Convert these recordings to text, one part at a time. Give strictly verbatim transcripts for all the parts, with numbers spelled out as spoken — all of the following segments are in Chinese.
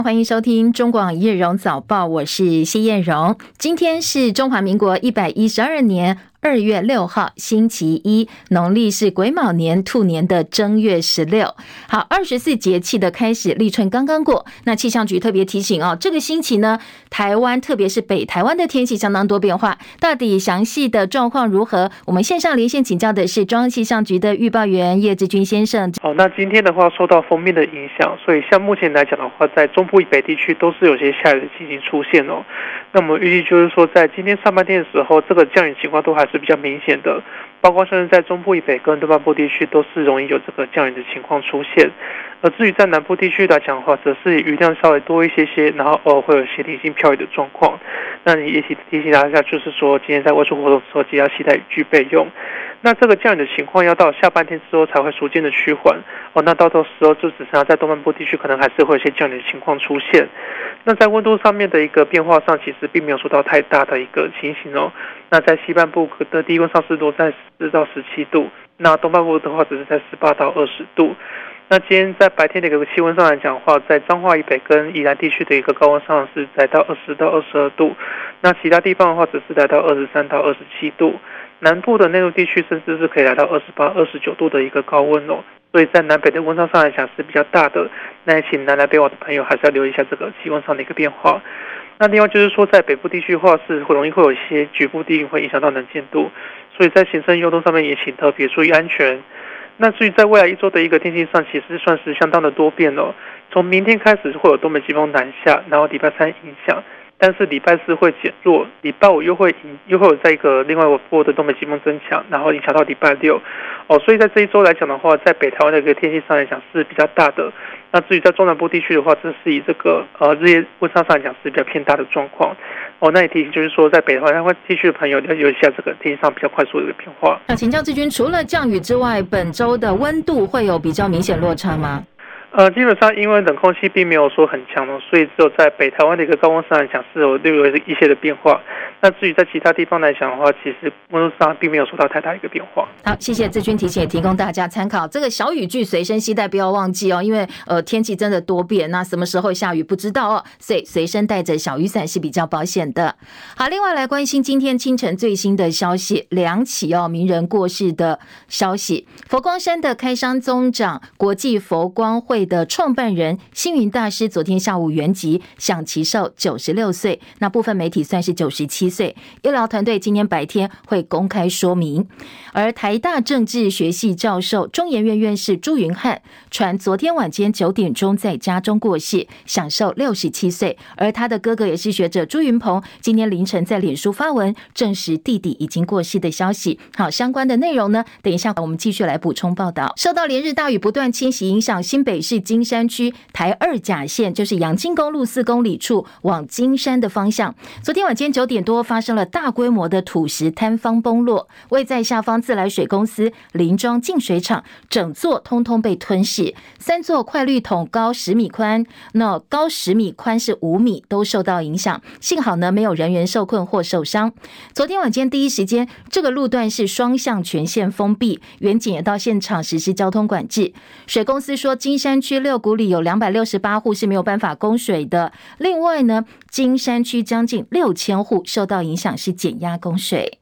欢迎收听中广叶荣早报，我是谢燕荣。今天是中华民国一百一十二年二月六号星期一，农历是癸卯年兔年的正月十六。好，二十四节气的开始，立春刚刚过。那气象局特别提醒哦，这个星期呢，台湾特别是北台湾的天气相当多变化，到底详细的状况如何？我们线上连线请教的是中央气象局的预报员叶志军先生。 好，那今天的话受到锋面的影响，所以像目前来讲的话，在中部以北地区都是有些下雨的情形出现哦。那我们预计就是说，在今天上半天的时候，这个降雨情况都还是比较明显的，包括像是在中部以北跟东半部地区都是容易有这个降雨的情况出现。而至于在南部地区来讲的话，则是雨量稍微多一些些，然后偶尔会有些零星飘雨的状况。那你也提醒大家，就是说今天在外出活动的时候，记得要携带雨具备用。那这个降雨的情况要到下半天之后才会逐渐的趋缓哦。那到到时候就只剩下在东半部地区可能还是会有些降雨的情况出现。那在温度上面的一个变化上，其实并没有受到太大的一个情形哦。那在西半部的低温上湿度在十到十七度，那东半部的话只是在十八到二十度。那今天在白天的一个气温上来讲的话，在彰化以北跟宜兰地区的一个高温上是来到二十到二十二度，那其他地方的话只是来到二十三到二十七度。南部的内陆地区甚至是可以来到二十八、二十九度的一个高温哦，所以在南北的温差上来讲是比较大的。那也请南来北往的朋友还是要留意一下这个气温上的一个变化。那另外就是说，在北部地区的话是会容易会有一些局部地云会影响到能见度，所以在行车运动上面也请特别注意安全。那至于在未来一周的一个天气上，其实算是相当的多变哦。从明天开始会有东北季风南下，然后礼拜三影响。但是礼拜四会减弱，礼拜五又会又会有在一个另外一波的东北季风增强，然后影响到礼拜六哦。所以在这一周来讲的话，在北台湾的一个天气上来讲是比较大的。那至于在中南部地区的话，这是以这个呃日夜温差上来讲是比较偏大的状况哦。那也提醒就是说，在北台湾地区的朋友了解一下这个天气上比较快速的一个变化。 那请教志军，除了降雨之外，本周的温度会有比较明显落差吗？ 呃，基本上因为冷空气并没有说很强哦，所以只有在北台湾的一个高温上来讲是有略有一些的变化。那至于在其他地方来讲的话，其实温度上并没有受到太大一个变化。 好，谢谢志军提醒，也提供大家参考。这个小雨具随身携带不要忘记哦，因为呃天气真的多变，那什么时候下雨不知道哦，所以随身带着小雨伞是比较保险的。好，另外来关心今天清晨最新的消息，两起哦名人过世的消息。佛光山的开山宗长，国际佛光会的创办人星云大师昨天下午圆寂，享其寿九十六岁，那部分媒体算是九十七岁。医疗团队今天白天会公开说明。而台大政治学系教授、中研院院士朱云汉传昨天晚间九点钟在家中过世，享寿六十七岁。而他的哥哥也是学者朱云鹏，今天凌晨在脸书发文证实弟弟已经过世的消息。好，相关的内容呢，等一下我们继续来补充报道。受到连日大雨不断侵袭影响，新北市金山区台二甲线，就是阳金公路四公里处往金山的方向，昨天晚间九点多发生了大规模的土石坍方崩落，位在下方自来水公司林庄净水厂整座通通被吞噬，三座快滤桶高十米宽，那高十米宽是五米，都受到影响。幸好呢没有人员受困或受伤。昨天晚间第一时间，这个路段是双向全线封闭，远警也到现场实施交通管制。水公司说，金山区六股里有两百六十八户是没有办法供水的，另外呢，金山区将近六千户受到影响，是减压供水。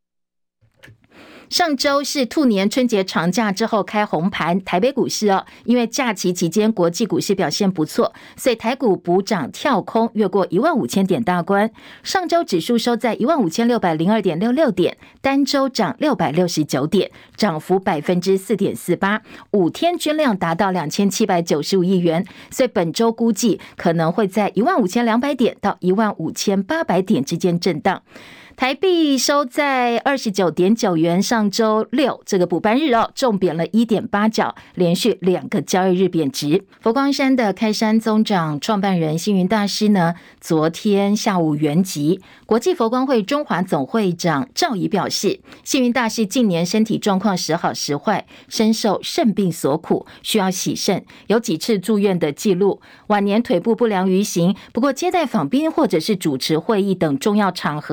上周是兔年春节长假之后开红盘，台北股市哦，因为假期期间国际股市表现不错，所以台股补涨跳空，越过一万五千点大关。上周指数收在一万五千六百零二点六六点，单周涨六百六十九点，涨幅百分之四点四八，五天均量达到两千七百九十五亿元，所以本周估计可能会在一万五千两百点到一万五千八百点之间震荡。台币收在二十九点九元，上周六这个补班日哦，重贬了 一点八角，连续两个交易日贬值。佛光山的开山宗长创办人星云大师呢，昨天下午圆寂。国际佛光会中华总会长赵仪表示，星云大师近年身体状况时好时坏，深受肾病所苦，需要洗肾，有几次住院的记录，晚年腿部不良于行，不过接待访宾或者是主持会议等重要场合，他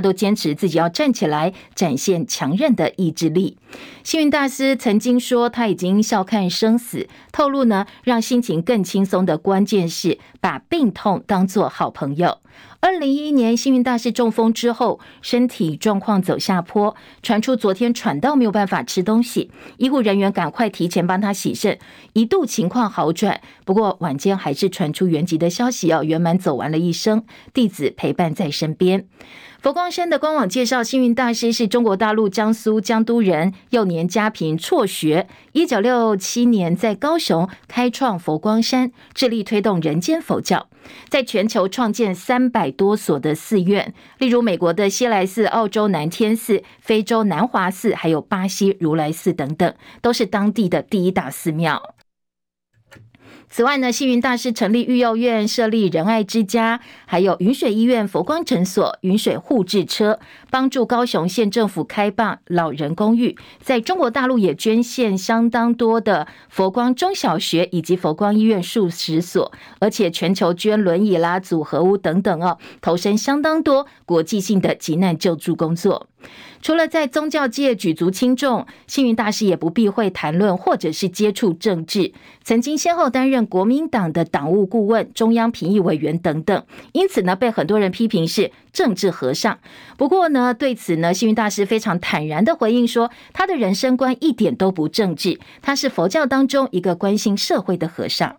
都坚持自己要站起来，展现强韧的意志力。星云大师曾经说，他已经笑看生死，透露呢，让心情更轻松的关键是把病痛当作好朋友。二零一一年，星云大师中风之后，身体状况走下坡，传出昨天喘到没有办法吃东西，医护人员赶快提前帮他洗肾，一度情况好转。不过晚间还是传出原籍的消息，要圆满走完了一生，弟子陪伴在身边。佛光山的官网介绍，星云大师是中国大陆江苏江都人，幼年家贫辍学，一九六七年在高雄开创佛光山，致力推动人间佛教，在全球创建三百多所的寺院，例如美国的西来寺、澳洲南天寺、非洲南华寺，还有巴西如来寺等等，都是当地的第一大寺庙。此外呢，星云大师成立育幼院，设立仁爱之家，还有云水医院、佛光诊所、云水护治车，帮助高雄县政府开办老人公寓。在中国大陆也捐献相当多的佛光中小学以及佛光医院数十所，而且全球捐轮椅啦、组合屋等等哦，投身相当多国际性的急难救助工作。除了在宗教界举足轻重，星云大师也不避讳谈论或者是接触政治，曾经先后担任国民党的党务顾问、中央评议委员等等，因此呢，被很多人批评是政治和尚。不过呢，对此呢，星云大师非常坦然的回应说，他的人生观一点都不政治，他是佛教当中一个关心社会的和尚。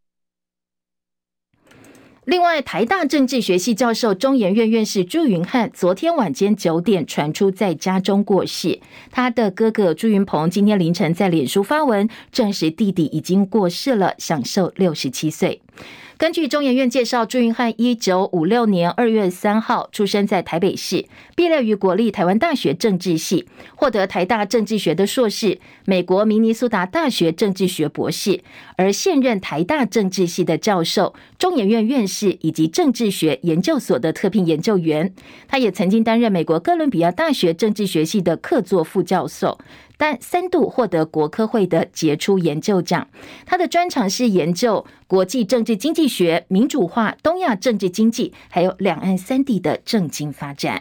另外，台大政治学系教授、中研院院士朱云汉昨天晚间九点传出在家中过世。他的哥哥朱云鹏今天凌晨在脸书发文证实弟弟已经过世了，享寿六十七岁。根据中研院介绍，朱云汉一九五六年二月三号出生在台北市，毕业于国立台湾大学政治系，获得台大政治学的硕士，美国明尼苏达大学政治学博士，而现任台大政治系的教授、中研院院士以及政治学研究所的特聘研究员。他也曾经担任美国哥伦比亚大学政治学系的客座副教授，但三度获得国科会的杰出研究奖。他的专长是研究国际政治经济学、民主化、东亚政治经济，还有两岸三地的政经发展。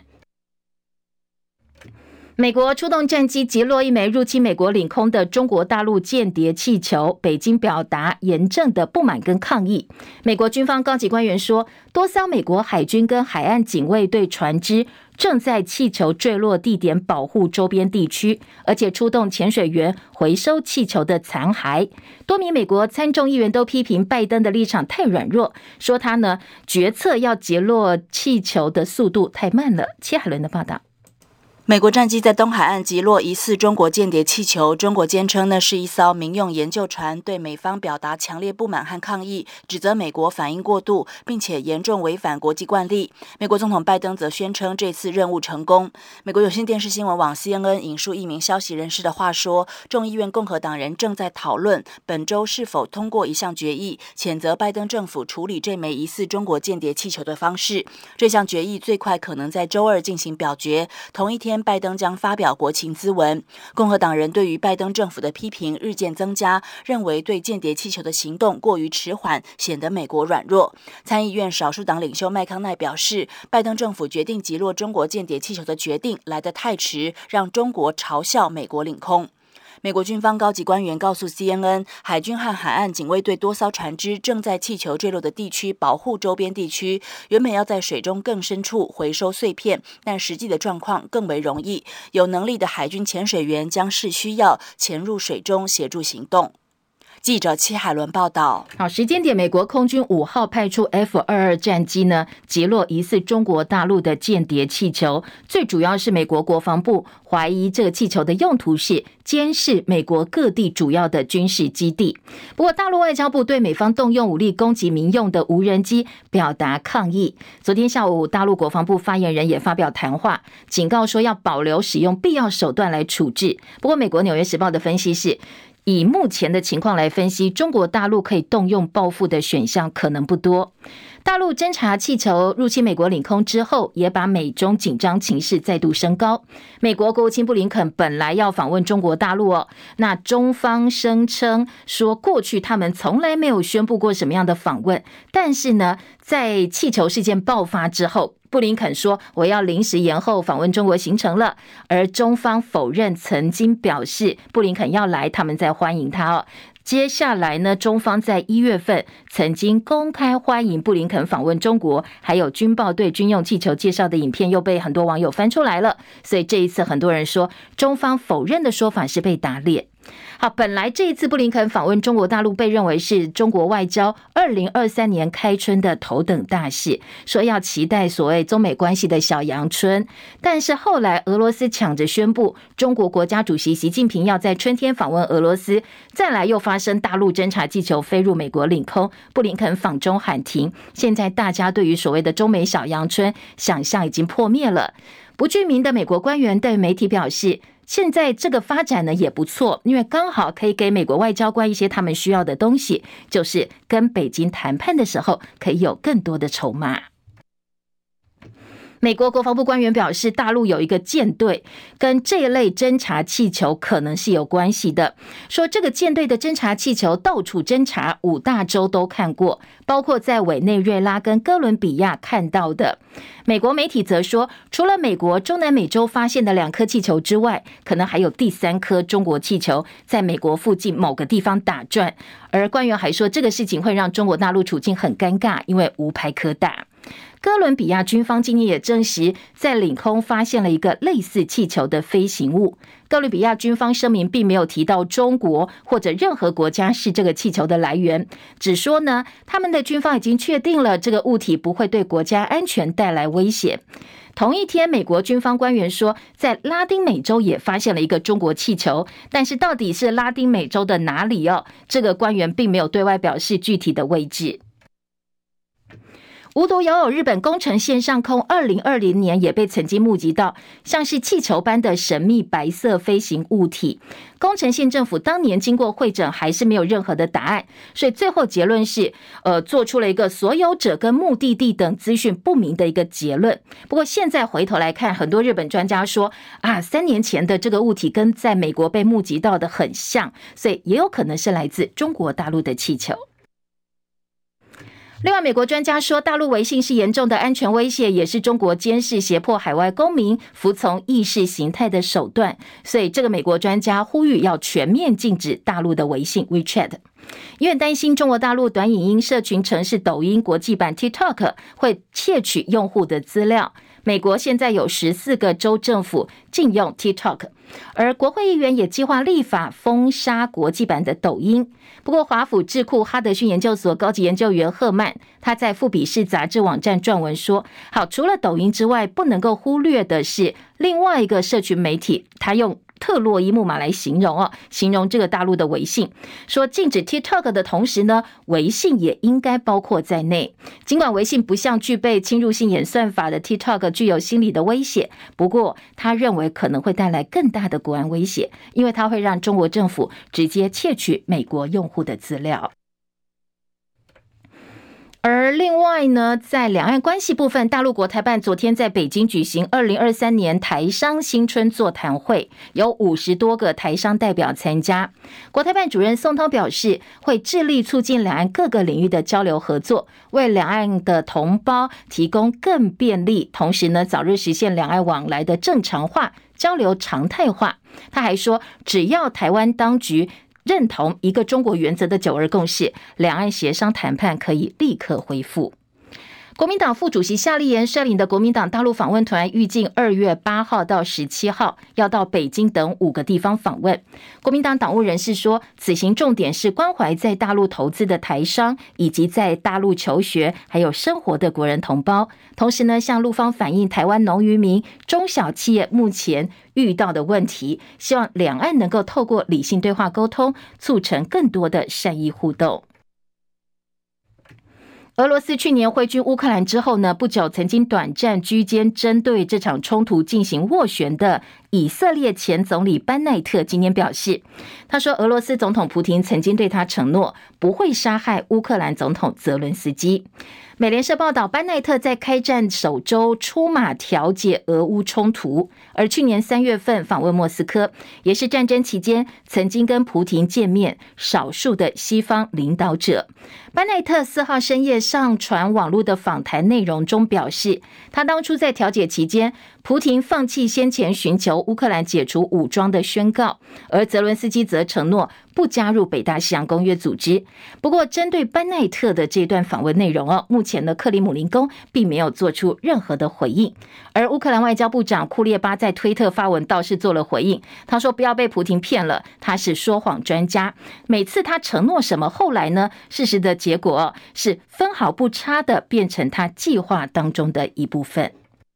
美国出动战机击落一枚入侵美国领空的中国大陆间谍气球，北京表达严正的不满跟抗议。美国军方高级官员说，多艘美国海军跟海岸警卫队船只正在气球坠落地点保护周边地区，而且出动潜水员回收气球的残骸。多名美国参众议员都批评拜登的立场太软弱，说他呢决策要击落气球的速度太慢了。戚海伦的报道。 美国战机在东海岸击落疑似中国间谍气球，中国坚称那是一艘民用研究船，对美方表达强烈不满和抗议，指责美国反应过度，并且严重违反国际惯例。美国总统拜登则宣称这次任务成功。美国有线电视新闻网 C N N 引述一名消息人士的话说，众议院共和党人正在讨论本周是否通过一项决议，谴责拜登政府处理这枚疑似中国间谍气球的方式。这项决议最快可能在周二进行表决，同一天拜登将发表国情咨文。共和党人对于拜登政府的批评日渐增加，认为对间谍气球的行动过于迟缓，显得美国软弱。参议院少数党领袖麦康奈表示，拜登政府决定击落中国间谍气球的决定来得太迟，让中国嘲笑美国领空。美国军方高级官员告诉 C N N， 海军和海岸警卫队多艘船只正在气球坠落的地区保护周边地区，原本要在水中更深处回收碎片，但实际的状况更为容易。有能力的海军潜水员将视需要潜入水中协助行动。记者戚海伦报道。 好，时间点，美国空军五号派出 F 二十二 战机呢，击落疑似中国大陆的间谍气球。最主要是美国国防部怀疑这个气球的用途是监视美国各地主要的军事基地。不过，大陆外交部对美方动用武力攻击民用的无人机表达抗议。昨天下午，大陆国防部发言人也发表谈话，警告说要保留使用必要手段来处置。不过，美国《纽约时报》的分析是，以目前的情况来分析，中国大陆可以动用报复的选项可能不多。大陆侦察气球入侵美国领空之后，也把美中紧张情势再度升高。美国国务卿布林肯本来要访问中国大陆哦，那中方声称说，过去他们从来没有宣布过什么样的访问，但是呢，在气球事件爆发之后， 布林肯说我要临时延后访问中国行程了，而中方否认曾经表示布林肯要来，他们在欢迎他哦。接下来呢，中方在一月份曾经公开欢迎布林肯访问中国，还有军报对军用气球介绍的影片又被很多网友翻出来了，所以这一次很多人说中方否认的说法是被打脸。好，本来这一次布林肯访问中国大陆被认为是中国外交二零二三年开春的头等大事，说要期待所谓中美关系的小阳春，但是后来俄罗斯抢着宣布中国国家主席习近平要在春天访问俄罗斯，再来又发生大陆侦察气球飞入美国领空，布林肯访中喊停，现在大家对于所谓的中美小阳春想象已经破灭了。不具名的美国官员对媒体表示，现在这个发展呢也不错，因为刚好可以给美国外交官一些他们需要的东西，就是跟北京谈判的时候可以有更多的筹码。美国国防部官员表示，大陆有一个舰队跟这一类侦察气球可能是有关系的，说这个舰队的侦察气球到处侦察，五大洲都看过，包括在委内瑞拉跟哥伦比亚看到的。美国媒体则说，除了美国中南美洲发现的两颗气球之外，可能还有第三颗中国气球在美国附近某个地方打转，而官员还说这个事情会让中国大陆处境很尴尬，因为无牌可打。哥伦比亚军方今天也证实，在领空发现了一个类似气球的飞行物。哥伦比亚军方声明并没有提到中国或者任何国家是这个气球的来源，只说呢，他们的军方已经确定了这个物体不会对国家安全带来威胁。同一天，美国军方官员说，在拉丁美洲也发现了一个中国气球，但是到底是拉丁美洲的哪里哦？这个官员并没有对外表示具体的位置。无独有偶，日本宫城县上空二零二零年也被曾经目击到像是气球般的神秘白色飞行物体。宫城县政府当年经过会诊还是没有任何的答案，所以最后结论是呃，做出了一个所有者跟目的地等资讯不明的一个结论。不过现在回头来看，很多日本专家说啊，三年前的这个物体跟在美国被目击到的很像，所以也有可能是来自中国大陆的气球。另外，美国专家说，大陆微信是严重的安全威胁，也是中国监视胁迫海外公民服从意识形态的手段。所以，这个美国专家呼吁要全面禁止大陆的微信 WeChat， 因为担心中国大陆短影音社群程式抖音国际版 TikTok 会窃取用户的资料。美国现在有十四个州政府禁用 TikTok， 而国会议员也计划立法封杀国际版的抖音。不过华府智库哈德逊研究所高级研究员赫曼，他在富比士杂志网站撰文说，好，除了抖音之外，不能够忽略的是另外一个社群媒体，他用特洛伊木马来形容哦，形容这个大陆的微信，说禁止 TikTok 的同时呢，微信也应该包括在内。尽管微信不像具备侵入性演算法的 TikTok 具有心理的威胁，不过他认为可能会带来更大的国安威胁，因为它会让中国政府直接窃取美国用户的资料。而另外呢，在两岸关系部分，大陆国台办昨天在北京举行二零二三年台商新春座谈会，有五十多个台商代表参加。国台办主任宋涛表示，会致力促进两岸各个领域的交流合作，为两岸的同胞提供更便利，同时呢，早日实现两岸往来的正常化、交流常态化。他还说，只要台湾当局认同一个中国原则的九二共识，两岸协商谈判可以立刻恢复。国民党副主席夏立言率领的国民党大陆访问团预计二月八号到十七号要到北京等五个地方访问。国民党党务人士说，此行重点是关怀在大陆投资的台商以及在大陆求学还有生活的国人同胞，同时呢，向陆方反映台湾农渔民、中小企业目前遇到的问题，希望两岸能够透过理性对话沟通，促成更多的善意互动。俄罗斯去年挥军乌克兰之后呢，不久曾经短暂居间针对这场冲突进行斡旋的以色列前总理班奈特今天表示，他说俄罗斯总统普亭曾经对他承诺不会杀害乌克兰总统泽伦斯基。美联社报道，班奈特在开战首周出马调解俄乌冲突，而去年三月份访问莫斯科，也是战争期间曾经跟普亭见面少数的西方领导者。班奈特四号深夜上传网络的访谈内容中表示，他当初在调解期间，普亭放弃先前寻求乌克兰解除武装的宣告，而泽伦斯基则承诺不加入北大西洋公约组织。不过，针对班奈特的这段访问内容哦，目前的克里姆林宫并没有做出任何的回应。而乌克兰外交部长库列巴在推特发文倒是做了回应，他说不要被普亭骗了，他是说谎专家。每次他承诺什么，后来呢，事实的结果、哦、是分毫不差的变成他计划当中的一部分。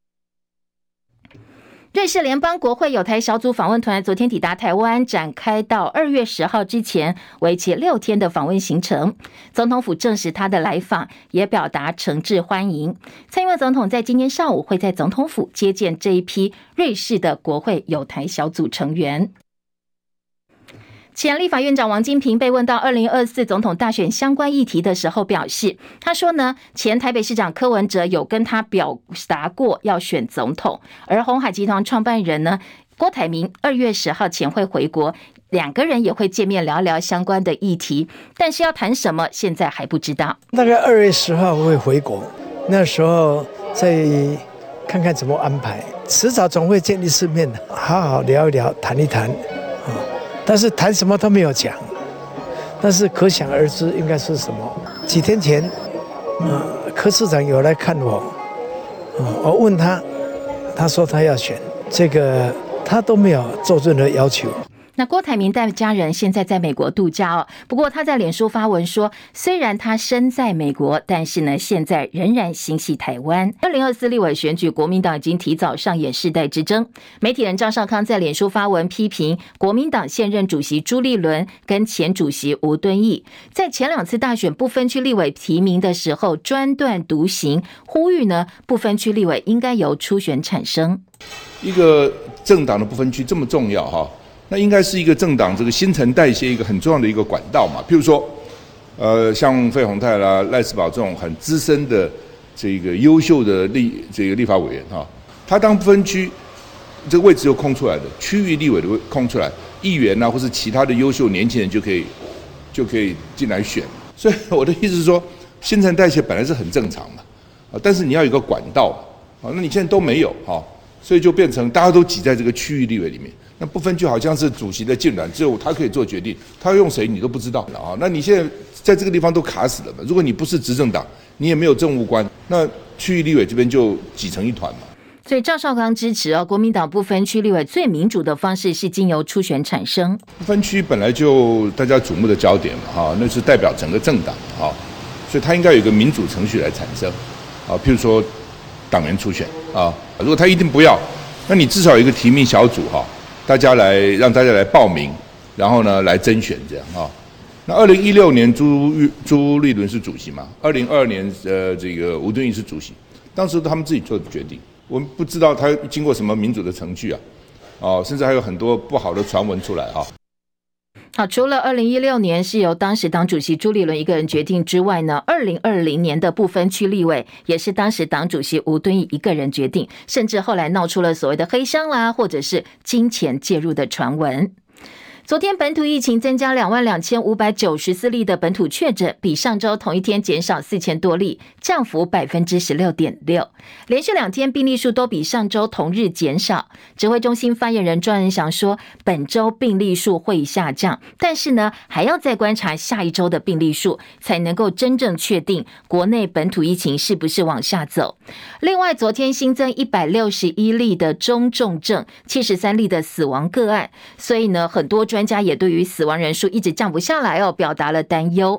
瑞士联邦国会友台小组访问团昨天抵达台湾，展开到二月十号之前为期六天的访问行程。总统府证实他的来访，也表达诚挚欢迎。蔡英文总统在今天上午会在总统府接见这一批瑞士的国会友台小组成员。前立法院长王金平被问到二零二四总统大选相关议题的时候表示，他说呢，前台北市长柯文哲有跟他表达过要选总统，而鸿海集团创办人呢郭台铭二月十号前会回国，两个人也会见面聊聊相关的议题，但是要谈什么现在还不知道。 大概二月十号会回国，那时候再看看怎么安排，迟早总会见一次面的，好好聊一聊，谈一谈。但是谈什么都没有讲，但是可想而知应该是什么。几天前，呃，柯市长有来看我，呃，我问他，他说他要选，这个他都没有做任何要求。 那郭台铭带家人现在在美国度假哦，不过他在脸书发文说，虽然他身在美国，但是呢，现在仍然心系台湾。二零二四立委选举，国民党已经提早上演世代之争。媒体人赵少康在脸书发文批评国民党现任主席朱立伦跟前主席吴敦义，在前两次大选不分区立委提名的时候专断独行，呼吁呢不分区立委应该由初选产生。 一个政党的不分区这么重要哈。那应该是一个政党这个新陈代谢一个很重要的一个管道嘛，譬如说，呃，像费鸿泰啦、赖士葆这种很资深的这个优秀的立这个立法委员哈，他当不分区这个位置又空出来的，区域立委的空出来，议员啊或是其他的优秀年轻人就可以就可以进来选。所以我的意思是说，新陈代谢本来是很正常嘛，啊，但是你要有一个管道啊，那你现在都没有哈，所以就变成大家都挤在这个区域立委里面。那不分区好像是主席的痉挛，只有他可以做决定，他用谁你都不知道啊。那你现在在这个地方都卡死了嘛？如果你不是执政党，你也没有政务官，那区域立委这边就挤成一团嘛。 所以赵少康支持哦，国民党不分区立委最民主的方式是经由初选产生。 不分区本来就大家瞩目的焦点嘛，哈，那是代表整个政党哈，所以他应该有一个民主程序来产生啊，譬如说党员初选啊，如果他一定不要，那你至少有一个提名小组哈。大家来让大家来报名，然后呢来甄选这样哈。那二零一六年朱朱立伦是主席嘛，二零二二年呃这个吴敦义是主席，当时他们自己做的决定，我们不知道他经过什么民主的程序啊，哦，甚至还有很多不好的传闻出来哈。 好，除了二零一六年是由当时党主席朱立伦一个人决定之外呢，二零二零年的不分区立委也是当时党主席吴敦义一个人决定，甚至后来闹出了所谓的黑箱啦，或者是金钱介入的传闻。昨天本土疫情增加两万两千五百九十四例的本土确诊，比上周同一天减少四千多例，降幅百分之十六点六。连续两天病例数都比上周同日减少。指挥中心发言人庄仁祥说，本周病例数会下降，但是呢，还要再观察下一周的病例数，才能够真正确定国内本土疫情是不是往下走。另外，昨天新增一百六十一例的中重症，七十三例的死亡个案，所以呢，很多专家也对于死亡人数一直降不下来哦，表达了担忧。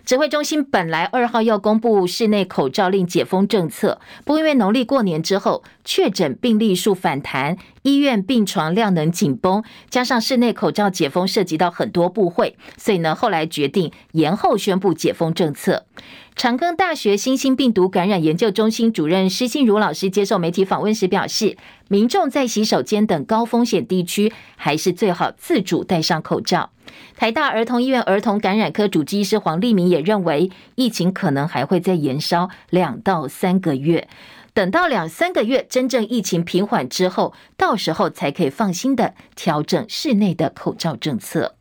指挥中心本来二号要公布室内口罩令解封政策，不过因为农历过年之后确诊病例数反弹，医院病床量能紧绷，加上室内口罩解封涉及到很多部会，所以呢后来决定延后宣布解封政策。长庚大学新兴病毒感染研究中心主任施欣如老师接受媒体访问时表示，民众在洗手间等高风险地区还是最好自主戴上口罩。台大儿童医院儿童感染科主治医师黄立明也认为，疫情可能还会再延烧两到三个月，等到两三个月真正疫情平缓之后，到时候才可以放心的调整室内的口罩政策。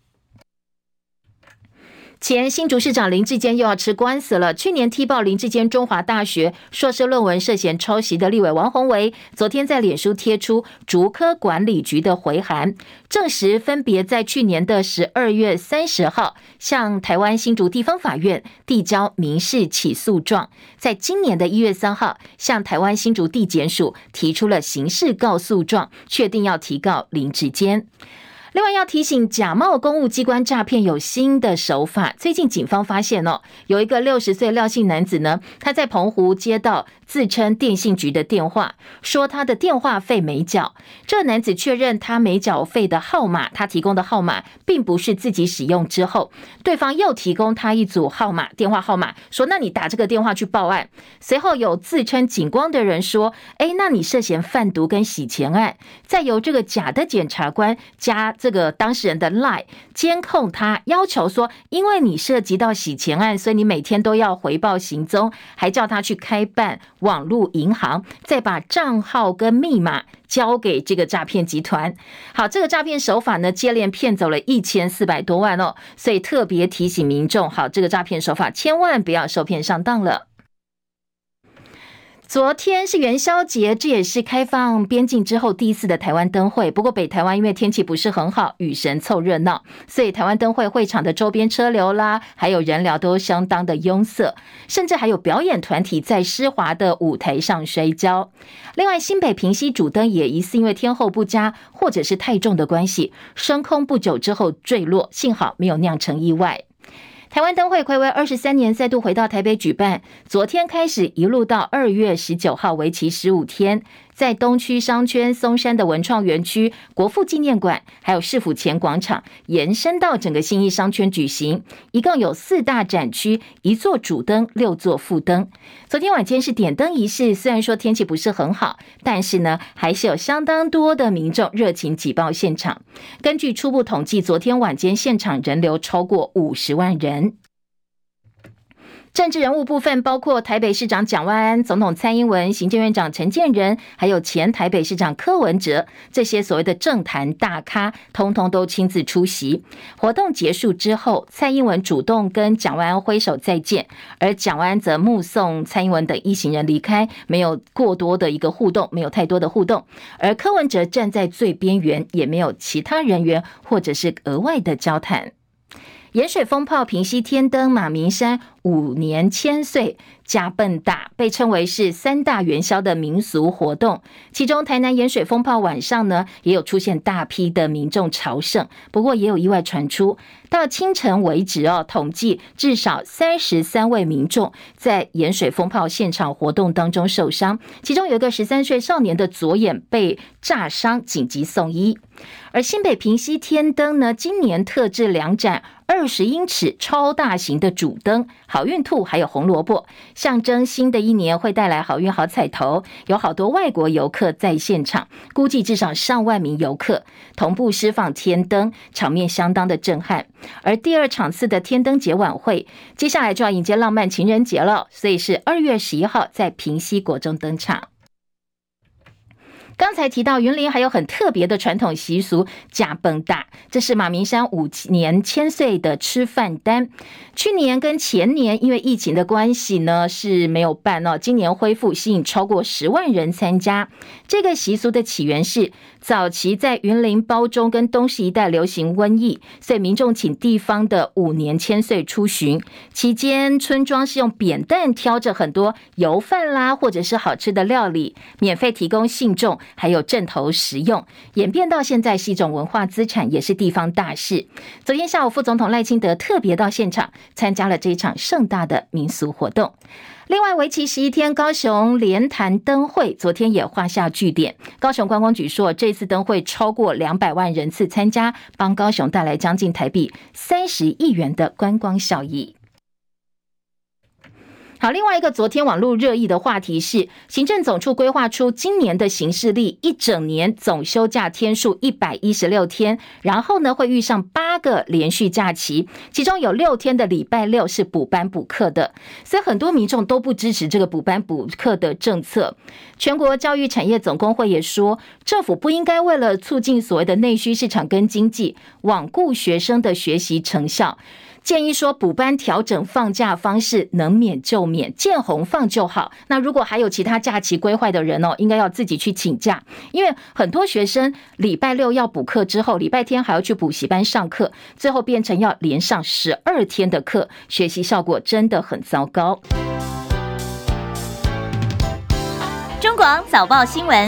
前新竹市长林志坚又要吃官司了。去年踢爆林志坚中华大学硕士论文涉嫌抄袭的立委王宏维，昨天在脸书贴出竹科管理局的回函，证实分别在去年的十二月三十号向台湾新竹地方法院递交民事起诉状，在今年的一月三号向台湾新竹地检署提出了刑事告诉状，确定要提告林志坚。另外要提醒，假冒公务机关诈骗有新的手法。最近警方发现哦，有一个六十岁廖姓男子呢，他在澎湖接到自称电信局的电话，说他的电话费没缴。这个男子确认他没缴费的号码，他提供的号码并不是自己使用之后，对方又提供他一组号码，电话号码，说那你打这个电话去报案。随后有自称警官的人说，哎，那你涉嫌贩毒跟洗钱案，再由这个假的检察官加这个当事人的 LINE 监控他，要求说因为你涉及到洗钱案，所以你每天都要回报行踪，还叫他去开办网络银行，再把账号跟密码交给这个诈骗集团。好，这个诈骗手法呢，接连骗走了一千四百多万哦，所以特别提醒民众，好，这个诈骗手法千万不要受骗上当了。昨天是元宵节，这也是开放边境之后第一次的台湾灯会。不过北台湾因为天气不是很好，雨神凑热闹，所以台湾灯会会场的周边车流啦，还有人流都相当的拥塞，甚至还有表演团体在湿滑的舞台上摔跤。另外新北平溪主灯也疑似因为天候不佳或者是太重的关系，升空不久之后坠落，幸好没有酿成意外。台湾灯会睽违二十三年再度回到台北举办，昨天开始一路到二月十九号，为期十五天，在东区商圈松山的文创园区、国父纪念馆还有市府前广场延伸到整个信义商圈举行，一共有四大展区，一座主灯，六座副灯。昨天晚间是点灯仪式，虽然说天气不是很好，但是呢还是有相当多的民众热情挤爆现场。根据初步统计，昨天晚间现场人流超过五十万人。政治人物部分包括台北市长蒋万安、总统蔡英文、行政院长陈建仁，还有前台北市长柯文哲，这些所谓的政坛大咖通通都亲自出席。活动结束之后，蔡英文主动跟蒋万安挥手再见，而蒋万安则目送蔡英文等一行人离开，没有过多的一个互动，没有太多的互动。而柯文哲站在最边缘，也没有其他人员或者是额外的交谈。盐水风炮、平溪天灯、马鸣山五年千岁加笨大，被称为是三大元宵的民俗活动。其中台南盐水风炮晚上呢，也有出现大批的民众朝圣，不过也有意外传出，到清晨为止哦，统计至少三十三位民众在盐水风炮现场活动当中受伤，其中有一个十三岁少年的左眼被炸伤，紧急送医。而新北平溪天灯呢，今年特制两盏二十英尺超大型的主灯，好运兔还有红萝卜，象征新的一年会带来好运好彩头。有好多外国游客在现场，估计至少上万名游客同步释放天灯，场面相当的震撼。而第二场次的天灯节晚会，接下来就要迎接浪漫情人节了，所以是二月十一号在平溪国中登场。刚才提到云林还有很特别的传统习俗加蹦大，这是马鸣山五年千岁的吃饭单。去年跟前年因为疫情的关系呢是没有办哦，今年恢复，吸引超过十万人参加。这个习俗的起源是早期在云林褒忠跟东势一带流行瘟疫，所以民众请地方的五年千岁出巡，期间村庄是用扁担挑着很多油饭啦或者是好吃的料理，免费提供信众还有阵头食用，演变到现在是一种文化资产，也是地方大事。昨天下午，副总统赖清德特别到现场参加了这一场盛大的民俗活动。另外，为期十一天高雄莲潭灯会昨天也画下句点。高雄观光局说，这次灯会超过两百万人次参加，帮高雄带来将近台币三十亿元的观光效益。好，另外一个昨天网络热议的话题是，行政总处规划出今年的行事历一整年总休假天数一百一十六天，然后呢会遇上八个连续假期，其中有六天的礼拜六是补班补课的，所以很多民众都不支持这个补班补课的政策。全国教育产业总工会也说，政府不应该为了促进所谓的内需市场跟经济，罔顾学生的学习成效。建议说补班调整放假方式，能免就免，见红放就好。那如果还有其他假期规划的人哦，应该要自己去请假，因为很多学生礼拜六要补课之后，礼拜天还要去补习班上课，最后变成要连上十二天的课，学习效果真的很糟糕。 中广早报新闻。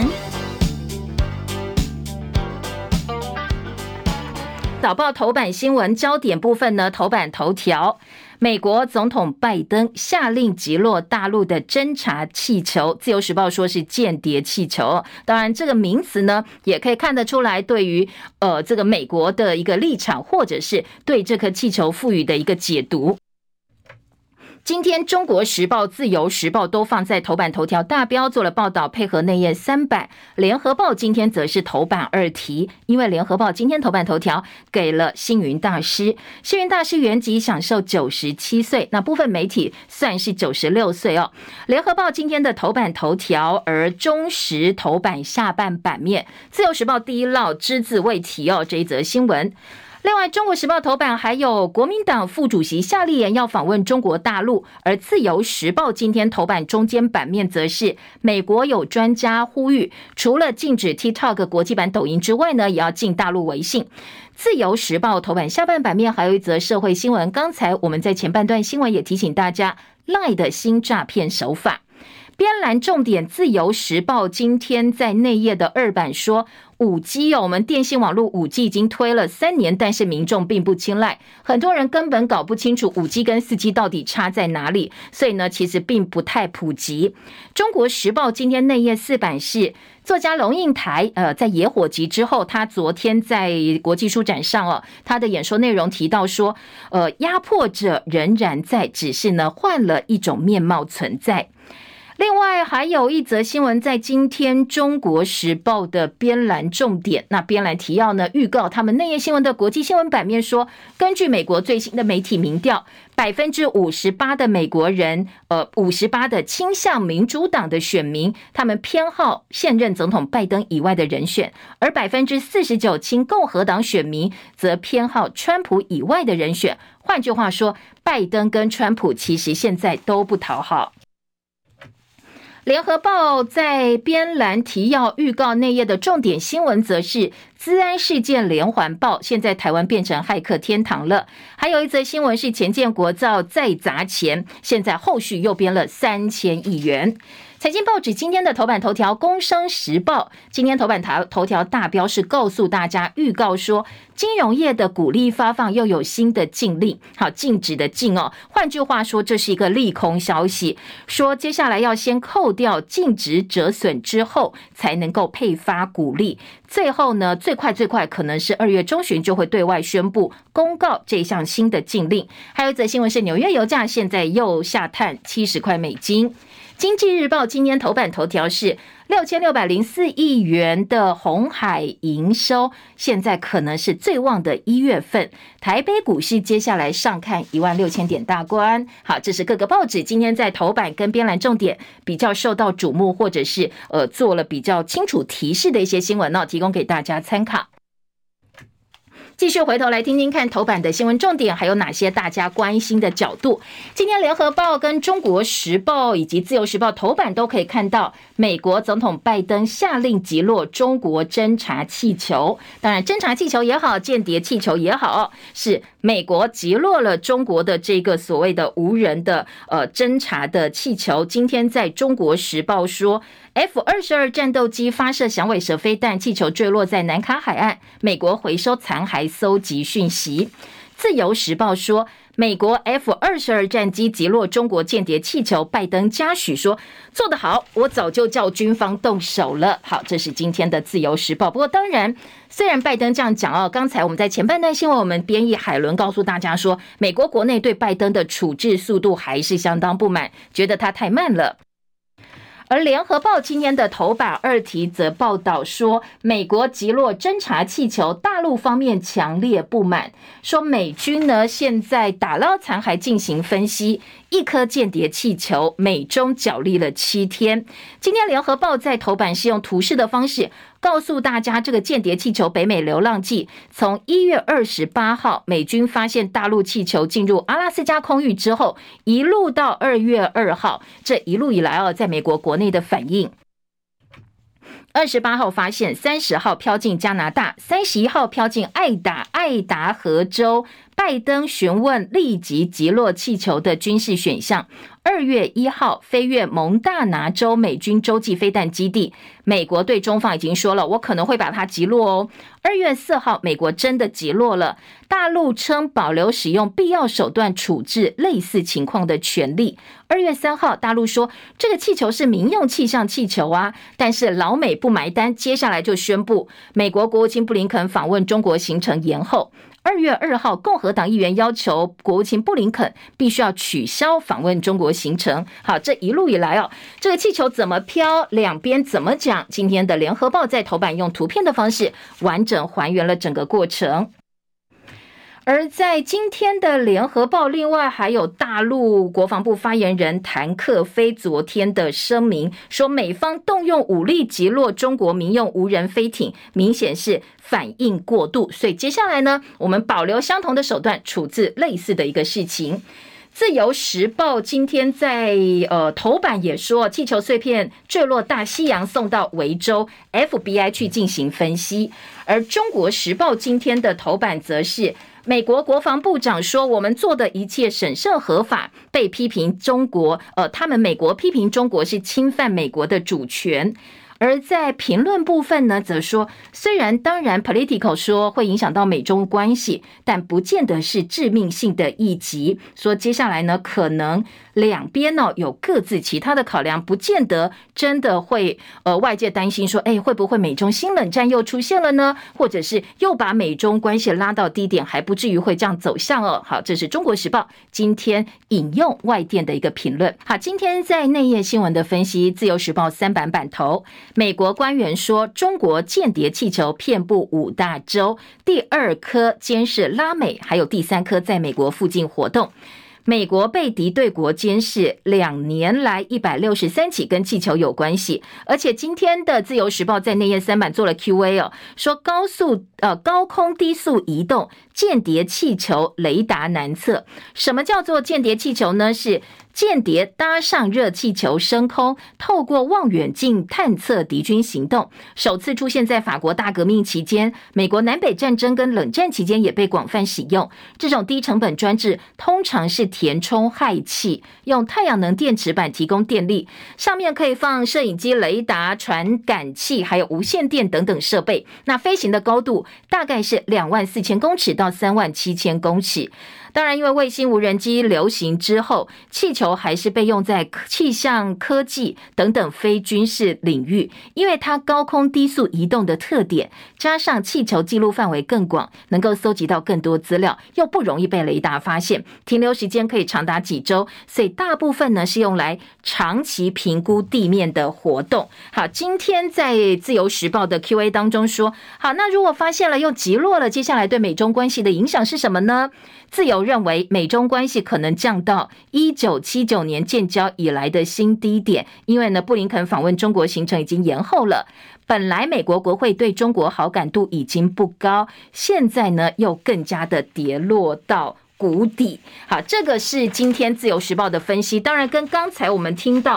早报头版新闻焦点部分呢，头版头条，美国总统拜登下令击落大陆的侦察气球，自由时报说是间谍气球。当然这个名词呢也可以看得出来对于呃这个美国的一个立场，或者是对这颗气球赋予的一个解读。今天中国时报、自由时报都放在头版头条大标做了报道，配合内页三版。联合报今天则是头版二题，因为联合报今天头版头条给了星云大师，星云大师原籍享受九十七岁，那部分媒体算是九十六岁哦。联合报今天的头版头条，而中时头版下半版面，自由时报第一烙只字未提哦这一则新闻。另外，中国时报头版还有国民党副主席夏立言要访问中国大陆，而自由时报今天头版中间版面则是美国有专家呼吁，除了禁止 TikTok 国际版抖音之外呢，也要禁大陆微信。自由时报头版下半版面还有一则社会新闻，刚才我们在前半段新闻也提醒大家 ，LINE 的新诈骗手法。编栏重点，自由时报今天在内页的二版说，五 G 哦，我们电信网络 五 G 已经推了三年，但是民众并不青睐，很多人根本搞不清楚 五 G 跟 四 G 到底差在哪里，所以呢，其实并不太普及。中国时报今天内页四版是作家龙应台，呃，在野火集之后，他昨天在国际书展上哦，他的演说内容提到说，呃，压迫者仍然在，只是呢换了一种面貌存在。另外还有一则新闻在今天中国时报的编栏重点，那编栏提要呢预告他们内页新闻的国际新闻版面说，根据美国最新的媒体民调， 百分之五十八 的美国人呃 五十八 的倾向民主党的选民，他们偏好现任总统拜登以外的人选，而 百分之四十九 亲共和党选民则偏好川普以外的人选。换句话说，拜登跟川普其实现在都不讨好。联合报在编栏提要预告内页的重点新闻则是资安事件连环爆，现在台湾变成骇客天堂了。还有一则新闻是前建国造再砸钱，现在后续又编了三千亿元。财经报纸今天的头版头条，工商时报今天头版头条大标是告诉大家预告说，金融业的股利发放又有新的禁令，好，禁止的禁哦。换句话说，这是一个利空消息，说接下来要先扣掉净值折损之后，才能够配发股利。最后呢，最快最快可能是二月中旬就会对外宣布公告这项新的禁令。还有一则新闻是纽约油价现在又下探七十块美金。经济日报今天头版头条是六千六百零四亿元的鸿海营收，现在可能是最旺的一月份。台北股市接下来上看一万六千点大关。好，这是各个报纸今天在头版跟编栏重点比较受到瞩目，或者是呃做了比较清楚提示的一些新闻呢，提供给大家参考。继续回头来听听看头版的新闻重点还有哪些大家关心的角度。今天联合报跟中国时报以及自由时报头版都可以看到，美国总统拜登下令击落中国侦察气球。当然侦察气球也好，间谍气球也好，是美国击落了中国的这个所谓的无人的呃侦察的气球。今天在中国时报说 F 二十二 战斗机发射响尾蛇飞弹，气球坠落在南卡海岸，美国回收残骸搜集讯息。自由时报说美国 F 二十二 战机击落中国间谍气球，拜登嘉许说做得好，我早就叫军方动手了。好，这是今天的自由时报。不过当然虽然拜登这样讲哦，刚才我们在前半段新闻我们编译海伦告诉大家说，美国国内对拜登的处置速度还是相当不满，觉得他太慢了。而联合报今天的头版二题则报道说，美国击落侦察气球，大陆方面强烈不满，说美军呢现在打捞残骸进行分析，一颗间谍气球美中角力了七天。今天联合报在头版是用图示的方式告诉大家，这个间谍气球北美流浪记从一月二十八号美军发现大陆气球进入阿拉斯加空域之后，一路到二月二号，这一路以来哦，在美国国内的反应。二十八号发现，三十号飘进加拿大，三十一号飘进爱达爱达荷州。拜登询问立即击落气球的军事选项。二月一号飞越蒙大拿州美军洲际飞弹基地，美国对中方已经说了，我可能会把它击落哦。二月四号美国真的击落了，大陆称保留使用必要手段处置类似情况的权利。二月三号大陆说这个气球是民用气象气球啊，但是老美不买单，接下来就宣布美国国务卿布林肯访问中国行程延后。二月二号共和党议员要求国务卿布林肯必须要取消访问中国行程。好，这一路以来哦，这个气球怎么飘，两边怎么讲，今天的联合报在头版用图片的方式完整还原了整个过程。而在今天的联合报，另外还有大陆国防部发言人谭克飞昨天的声明，说美方动用武力击落中国民用无人飞艇，明显是反应过度，所以接下来呢，我们保留相同的手段处置类似的一个事情。自由时报今天在呃头版也说，气球碎片坠落大西洋，送到维州 F B I 去进行分析。而中国时报今天的头版则是美国国防部长说，我们做的一切审慎合法，被批评中国呃，他们美国批评中国是侵犯美国的主权。而在评论部分呢，则说虽然当然 Political 说会影响到美中关系，但不见得是致命性的议题，说接下来呢可能两边呢、哦、有各自其他的考量，不见得真的会呃外界担心说，哎，会不会美中新冷战又出现了呢？或者是又把美中关系拉到低点，还不至于会这样走向哦。好，这是中国时报今天引用外电的一个评论。好，今天在内页新闻的分析，自由时报三版版头，美国官员说，中国间谍气球遍布五大洲，第二颗监视拉美，还有第三颗在美国附近活动。美国被敌对国监视两年来一百六十三起跟气球有关系，而且今天的自由时报在内页三版做了 Q A 哦，说高速呃高空低速移动间谍气球雷达难测。什么叫做间谍气球呢？是间谍搭上热气球升空，透过望远镜探测敌军行动，首次出现在法国大革命期间，美国南北战争跟冷战期间也被广泛使用。这种低成本装置通常是填充氦气，用太阳能电池板提供电力，上面可以放摄影机、雷达、传感器，还有无线电等等设备。那飞行的高度大概是两万四千公尺到三万七千公尺。当然因为卫星无人机流行之后，气球还是被用在气象科技等等非军事领域，因为它高空低速移动的特点，加上气球记录范围更广，能够搜集到更多资料，又不容易被雷达发现，停留时间可以长达几周，所以大部分呢是用来长期评估地面的活动。好，今天在自由时报的 Q A 当中说，好，那如果发现了又击落了，接下来对美中关系的影响是什么呢？自由认为美中关系可能降到一九七九年建交以来的新低点，因为呢布林肯访问中国行程已经延后了，本来美国国会对中国好感度已经不高，现在呢又更加的跌落到谷底。好，这个是今天自由时报的分析，当然跟刚才我们听到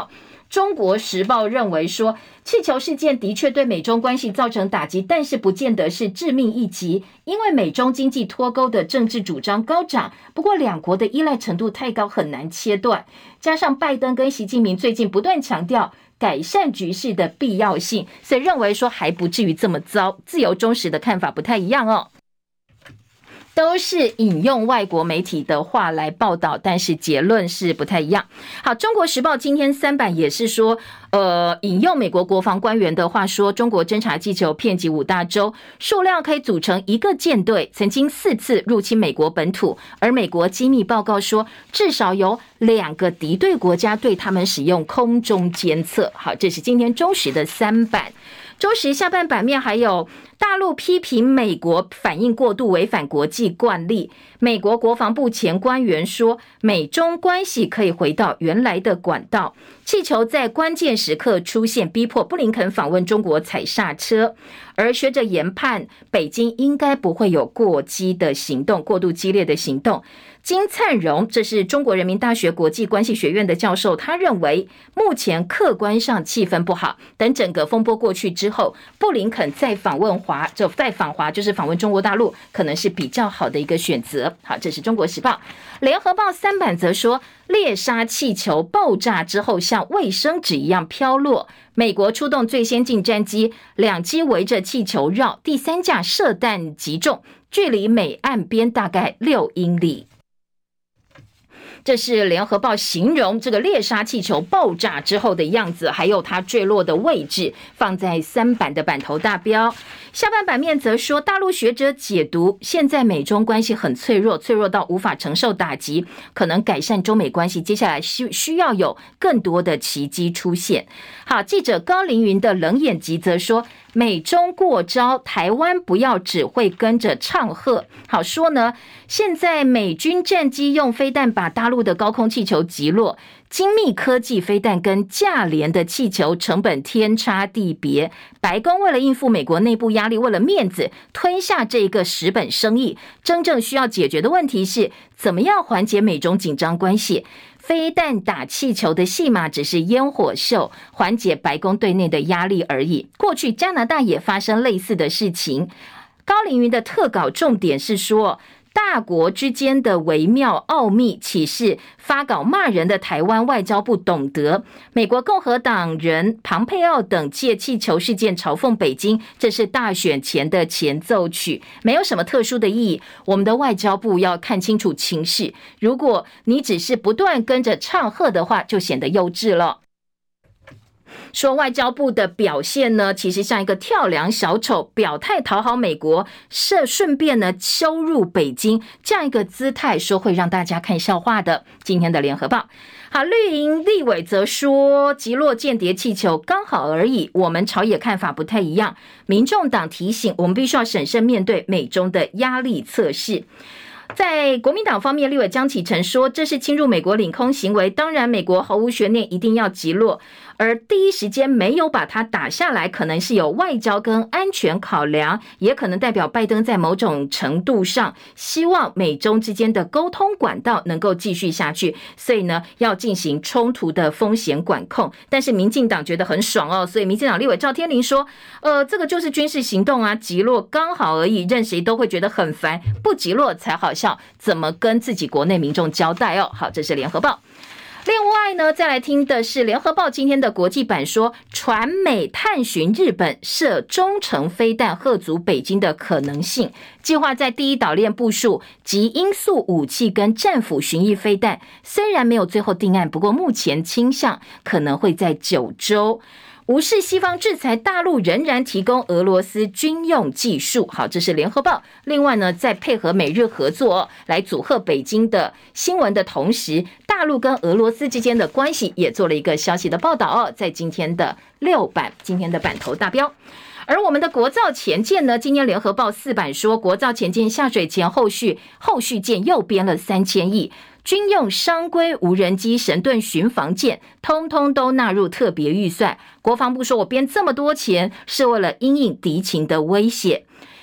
中国时报认为说，气球事件的确对美中关系造成打击，但是不见得是致命一击，因为美中经济脱钩的政治主张高涨，不过两国的依赖程度太高，很难切断，加上拜登跟习近平最近不断强调改善局势的必要性，所以认为说还不至于这么糟。自由中时的看法不太一样哦，都是引用外国媒体的话来报道，但是结论是不太一样。好，中国时报今天三版也是说，呃，引用美国国防官员的话说，中国侦察气球遍及五大洲，数量可以组成一个舰队，曾经四次入侵美国本土，而美国机密报告说，至少有两个敌对国家对他们使用空中监测。好，这是今天中时的三版。中时下半版面还有大陆批评美国反应过度，违反国际惯例。美国国防部前官员说，美中关系可以回到原来的管道。气球在关键时刻出现，逼迫布林肯访问中国踩刹车。而学者研判，北京应该不会有过激的行动，过度激烈的行动。金灿荣，这是中国人民大学国际关系学院的教授，他认为目前客观上气氛不好，等整个风波过去之后，布林肯再访问华，就再访华就是访问中国大陆，可能是比较好的一个选择。好，这是中国时报。联合报三版则说，猎杀气球爆炸之后像卫生纸一样飘落，美国出动最先进战机，两机围着气球绕，第三架射弹击中，距离美岸边大概六英里。这是联合报形容这个猎杀气球爆炸之后的样子，还有它坠落的位置，放在三版的版头大标。下半版面则说，大陆学者解读，现在美中关系很脆弱，脆弱到无法承受打击，可能改善中美关系，接下来需需要有更多的奇迹出现。好，记者高凌云的冷眼集则说，美中过招，台湾不要只会跟着唱和。好说呢，现在美军战机用飞弹把大陆的高空气球击落，精密科技飞弹跟价廉的气球成本天差地别。白宫为了应付美国内部压力，为了面子吞下这个十本生意，真正需要解决的问题是怎么样缓解美中紧张关系。飞弹打气球的戏码只是烟火秀，缓解白宫对内的压力而已。过去加拿大也发生类似的事情。高凌云的特稿重点是说，大国之间的微妙奥秘岂是发稿骂人的台湾外交部懂得？美国共和党人庞佩奥等借气球事件嘲讽北京，这是大选前的前奏曲，没有什么特殊的意义。我们的外交部要看清楚情势，如果你只是不断跟着唱和的话，就显得幼稚了。说外交部的表现呢，其实像一个跳梁小丑，表态讨好美国，是顺便呢羞辱北京，这样一个姿态，说会让大家看笑话的。今天的联合报，好，绿营立委则说，击落间谍气球刚好而已，我们朝野看法不太一样。民众党提醒，我们必须要审慎面对美中的压力测试。在国民党方面，立委江启臣说，这是侵入美国领空行为，当然美国毫无悬念一定要击落，而第一时间没有把它打下来，可能是有外交跟安全考量，也可能代表拜登在某种程度上希望美中之间的沟通管道能够继续下去，所以呢要进行冲突的风险管控。但是民进党觉得很爽哦，所以民进党立委赵天麟说，呃，这个就是军事行动啊，击落刚好而已，任谁都会觉得很烦，不击落才好笑，怎么跟自己国内民众交代哦？好，这是联合报。另外呢，再来听的是联合报今天的国际版说，传美探寻日本射中程飞弹嚇阻北京的可能性，计划在第一岛链部署极音速武器跟战斧巡弋飞弹，虽然没有最后定案，不过目前倾向可能会在九州。无视西方制裁，大陆仍然提供俄罗斯军用技术。好，这是联合报。另外呢，在配合美日合作、哦、来阻吓北京的新闻的同时，大陆跟俄罗斯之间的关系也做了一个消息的报道哦，在今天的六版，今天的版头大标。而我们的国造潜舰呢，今天联合报四版说，国造潜舰下水前后续后续舰又编了三千亿。军用商规无人机、神盾巡防舰，通通都纳入特别预算。国防部说，我编这么多钱是为了因应敌情的威胁。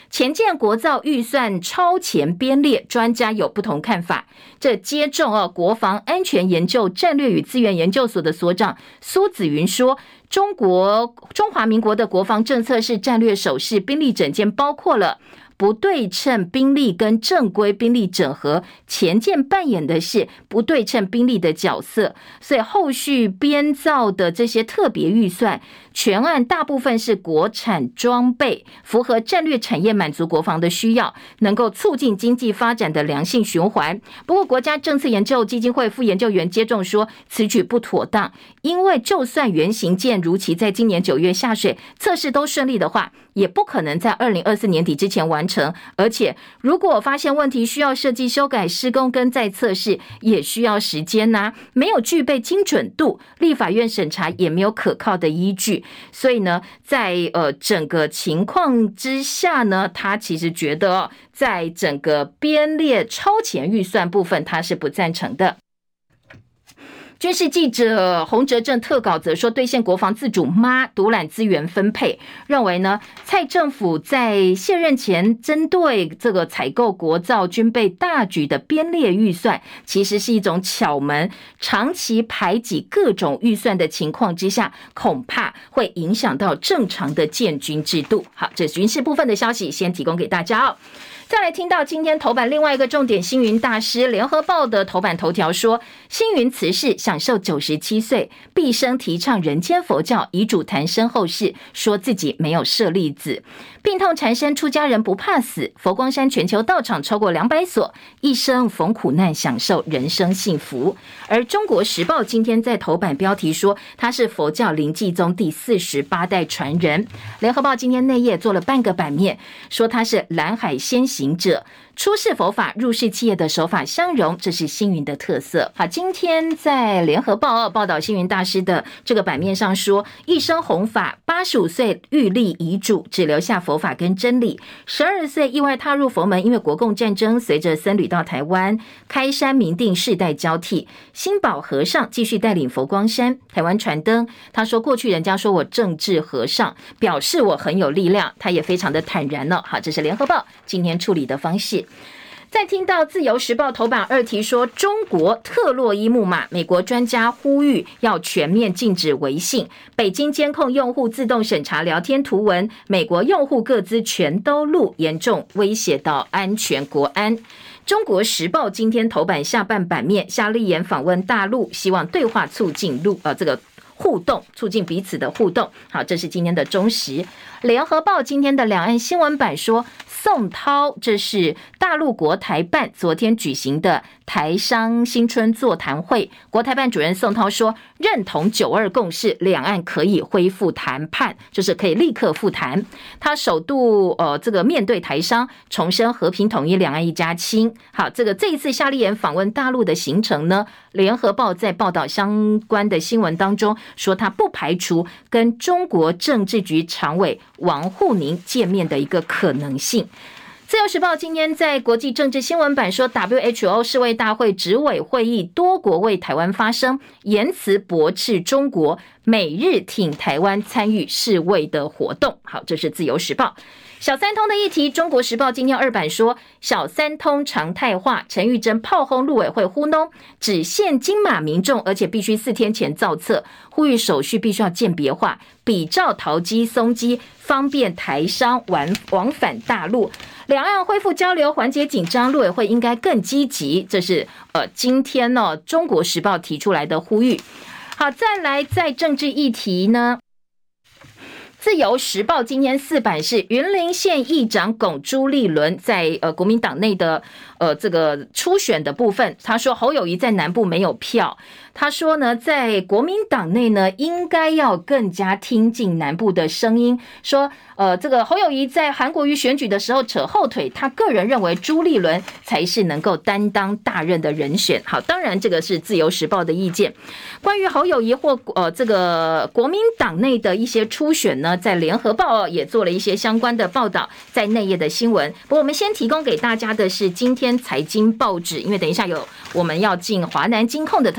前建国造预算超前编列，专家有不同看法。这接种哦，国防安全研究战略与资源研究所的所长苏子云说，中国中华民国的国防政策是战略守势，兵力整建包括了不对称兵力跟正规兵力整合，前舰扮演的是不对称兵力的角色，所以后续编造的这些特别预算全案大部分是国产装备，符合战略产业满足国防的需要，能够促进经济发展的良性循环。不过国家政策研究基金会副研究员接种说，此举不妥当，因为就算原型舰如期在今年九月下水，测试都顺利的话，也不可能在二零二四年底之前完成，而且如果发现问题需要设计修改施工跟再测试，也需要时间啊，没有具备精准度，立法院审查也没有可靠的依据。所以呢，在呃整个情况之下呢，他其实觉得、哦、在整个编列超前预算部分，他是不赞成的。军事记者洪哲正特稿则说，兑现国防自主妈独揽资源分配，认为呢，蔡政府在卸任前针对这个采购国造军备大局的编列预算，其实是一种巧门，长期排挤各种预算的情况之下，恐怕会影响到正常的建军制度。好，这军事部分的消息先提供给大家哦。再来听到今天头版另外一个重点，星云大师，联合报的头版头条说，星云辞世享受九十七岁，毕生提倡人间佛教，遗嘱谈身后事，说自己没有舍利子，病痛缠身，出家人不怕死，佛光山全球道场超过两百所，一生逢苦难，享受人生幸福。而中国时报今天在头版标题说，他是佛教临济宗第四十八代传人。联合报今天内页做了半个版面，说他是蓝海先行者，出世佛法入世企业的手法相融，这是星云的特色。好，今天在联合报报道星云大师的这个版面上说，一生弘法，八十五岁欲立遗嘱，只留下佛法跟真理。十二岁意外踏入佛门，因为国共战争，随着僧侣到台湾，开山明定，世代交替。新宝和尚继续带领佛光山台湾传灯。他说，过去人家说我政治和尚，表示我很有力量，他也非常的坦然了。好，这是联合报今天处理的方式。再听到自由时报头版二题说，中国特洛伊木马，美国专家呼吁要全面禁止微信，北京监控用户自动审查聊天图文，美国用户个资全都录，严重威胁到安全国安。中国时报今天头版下半版面，夏立言访问大陆，希望对话促进路呃这个互动，促进彼此的互动。好，这是今天的中时。联合报今天的两岸新闻版说，宋涛，这是大陆国台办昨天举行的台商新春座谈会，国台办主任宋涛说，认同九二共识，两岸可以恢复谈判，就是可以立刻复谈。他首度呃这个面对台商，重申和平统一，两岸一家亲。好，这个这一次夏立言访问大陆的行程呢，联合报在报道相关的新闻当中说，他不排除跟中国政治局常委王沪宁见面的一个可能性。自由时报今天在国际政治新闻版说， W H O 世卫大会执委会议多国为台湾发声，言辞驳斥中国美日挺台湾参与世卫的活动。好，这是自由时报。小三通的议题，中国时报今天二版说，小三通常态化，陈玉珍炮轰陆委会糊弄，只限金马民众，而且必须四天前造册，呼吁手续必须要鉴别化，比照淘机松机，方便台商往往返大陆。两岸恢复交流，缓解紧张，陆委会应该更积极，这是呃今天呢、哦、中国时报提出来的呼吁。好，再来在政治议题呢，自由时报今天四版是云林县议长龚朱立伦在呃国民党内的呃这个初选的部分，他说侯友宜在南部没有票。他说呢，在国民党内呢，应该要更加听进南部的声音。说，呃，这个侯友宜在韩国瑜选举的时候扯后腿，他个人认为朱立伦才是能够担当大任的人选。好，当然这个是自由时报的意见。关于侯友宜或呃这个国民党内的一些初选呢，在联合报也做了一些相关的报道，在内页的新闻。不过我们先提供给大家的是今天财经报纸，因为等一下有我们要进华南金控的特别单元。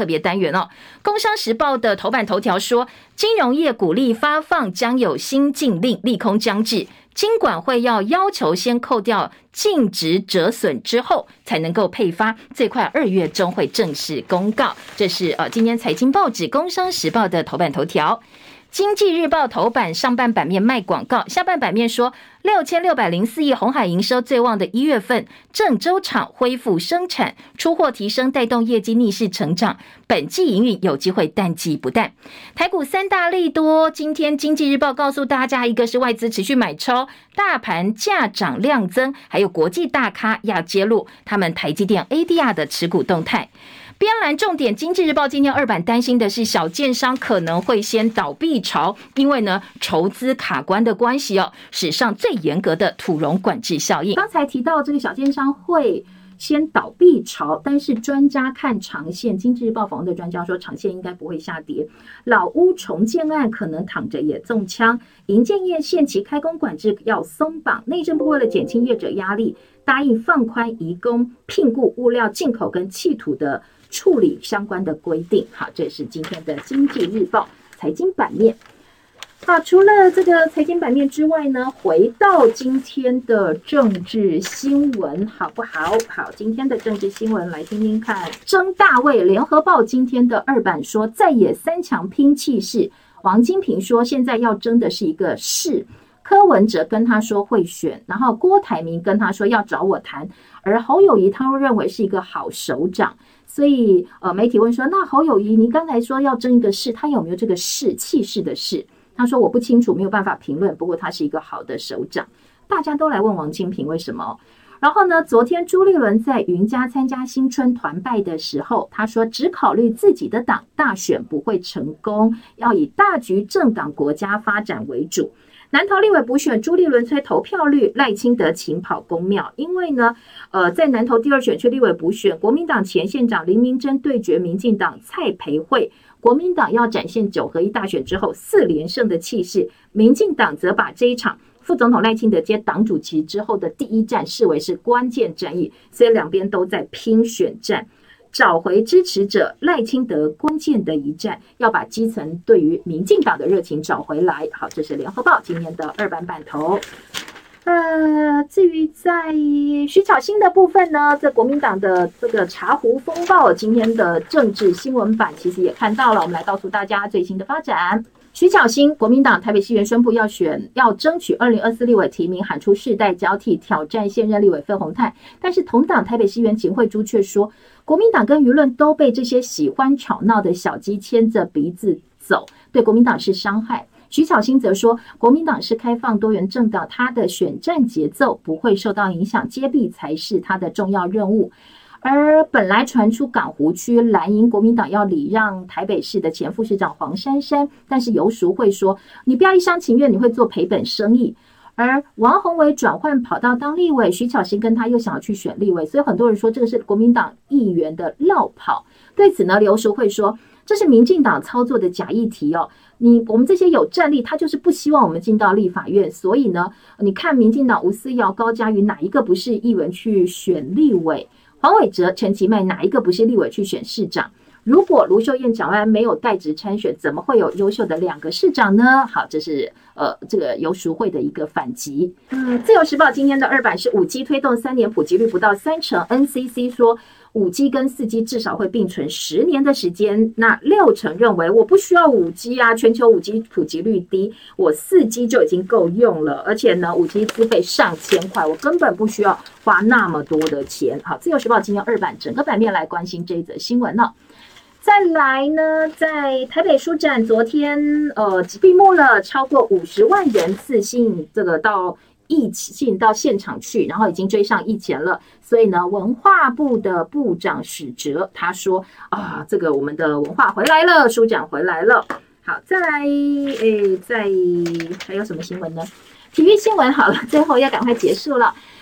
元哦。工商时报的头版头条说，金融业股利发放将有新禁令，利空将至。金管会要要求先扣掉净值折损之后才能够配发，最快二月中会正式公告。这是呃今天财经报纸《工商时报》的头版头条。经济日报头版上半版面卖广告，下半版面说六千六百零四亿鸿海营收最旺的一月份，郑州厂恢复生产，出货提升带动业绩逆势成长，本季营运有机会淡季不淡。台股三大利多，今天经济日报告诉大家，一个是外资持续买超，大盘价涨量增，还有国际大咖要揭露他们台积电 A D R 的持股动态。边栏重点，经济日报今天二版担心的是小建商可能会先倒闭潮，因为呢筹资卡关的关系哦，史上最严格的土融管制效应。刚才提到这个小建商会先倒闭潮，但是专家看长线，经济日报访问的专家说长线应该不会下跌，老屋重建案可能躺着也中枪，营建业限期开工管制要松绑，内政部为了减轻业者压力，答应放宽移工聘雇物料进口跟企土的处理相关的规定。好，这是今天的经济日报财经版面。好，除了这个财经版面之外呢，回到今天的政治新闻好不好？好，今天的政治新闻来听听看。曾大卫，联合报今天的二版说，在野三强拼气势。王金平说，现在要争的是一个势。柯文哲跟他说会选，然后郭台铭跟他说要找我谈，而侯友宜他认为是一个好首长。所以呃，媒体问说，那侯友宜你刚才说要争一个势，他有没有这个势气势的势？他说我不清楚，没有办法评论，不过他是一个好的首长。大家都来问王金平为什么。然后呢，昨天朱立伦在云嘉参加新春团拜的时候，他说只考虑自己的党，大选不会成功，要以大局政党国家发展为主。南投立委补选，朱立伦催投票率，赖清德请跑公庙。因为呢，呃，在南投第二选区立委补选，国民党前县长林明珍对决民进党蔡培慧，国民党要展现九合一大选之后四连胜的气势，民进党则把这一场副总统赖清德接党主席之后的第一战视为是关键战役，所以两边都在拼选战。找回支持者，赖清德关键的一战，要把基层对于民进党的热情找回来。好，这是联合报今天的二版版头。呃，至于在徐巧芯的部分呢，在国民党的这个茶壶风暴，今天的政治新闻版其实也看到了，我们来告诉大家最新的发展。徐巧芯，国民党台北市议员宣布要选，要争取二零二四立委提名，喊出世代交替，挑战现任立委费鸿泰。但是同党台北市议员秦慧珠却说，国民党跟舆论都被这些喜欢吵闹的小鸡牵着鼻子走，对国民党是伤害。徐巧芯则说，国民党是开放多元政党，他的选战节奏不会受到影响，接弊才是他的重要任务。而本来传出港湖区蓝营国民党要礼让台北市的前副市长黄珊珊，但是游淑慧说，你不要一厢情愿，你会做赔本生意。而王宏伟转换跑道当立委，徐巧芯跟他又想要去选立委，所以很多人说这个是国民党议员的落跑。对此呢，游淑慧说，这是民进党操作的假议题哦。你我们这些有战力，他就是不希望我们进到立法院，所以呢，你看民进党吴思瑶、高嘉瑜哪一个不是议员去选立委？黄伟哲、陈其迈哪一个不是立委去选市长？如果卢秀燕、蒋万安没有代职参选，怎么会有优秀的两个市长呢？好，这是呃这个游淑慧的一个反击。嗯，自由时报今天的二版是五 G 推动三年普及率不到三成 ，N C C 说五 G 跟四 G 至少会并存十年的时间，那六成认为我不需要五 G 啊，全球五 G 普及率低，我四 G 就已经够用了，而且呢五 G 资费上千块，我根本不需要花那么多的钱。好，自由时报今天二版整个版面来关心这一则新闻了。再来呢，在台北书展昨天呃闭幕了，超过五十万人次吸引这个到疫情到现场去，然后已经追上疫前了。所以呢，文化部的部长史哲他说啊，这个我们的文化回来了，书展回来了。好，再来，诶，再还有什么新闻呢？体育新闻好了，最后要赶快结束了。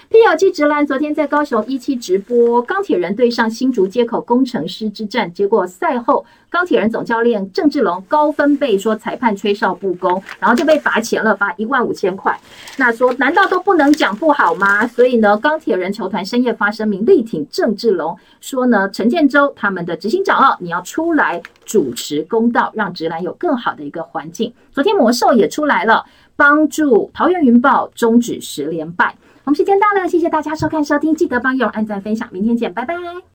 P L G 直篮昨天在高雄一期直播钢铁人对上新竹街口工程师之战，结果赛后钢铁人总教练郑志龙高分贝说裁判吹哨不公，然后就被罚钱了，罚一万五千块。那说难道都不能讲不好吗？所以呢，钢铁人球团深夜发声明力挺郑志龙，说呢陈建州他们的执行长哦，你要出来主持公道，让直篮有更好的一个环境。昨天魔兽也出来了，帮助桃园云豹终止十连败。我们时间到了，谢谢大家收看收听，记得帮友按赞分享，明天见，拜拜。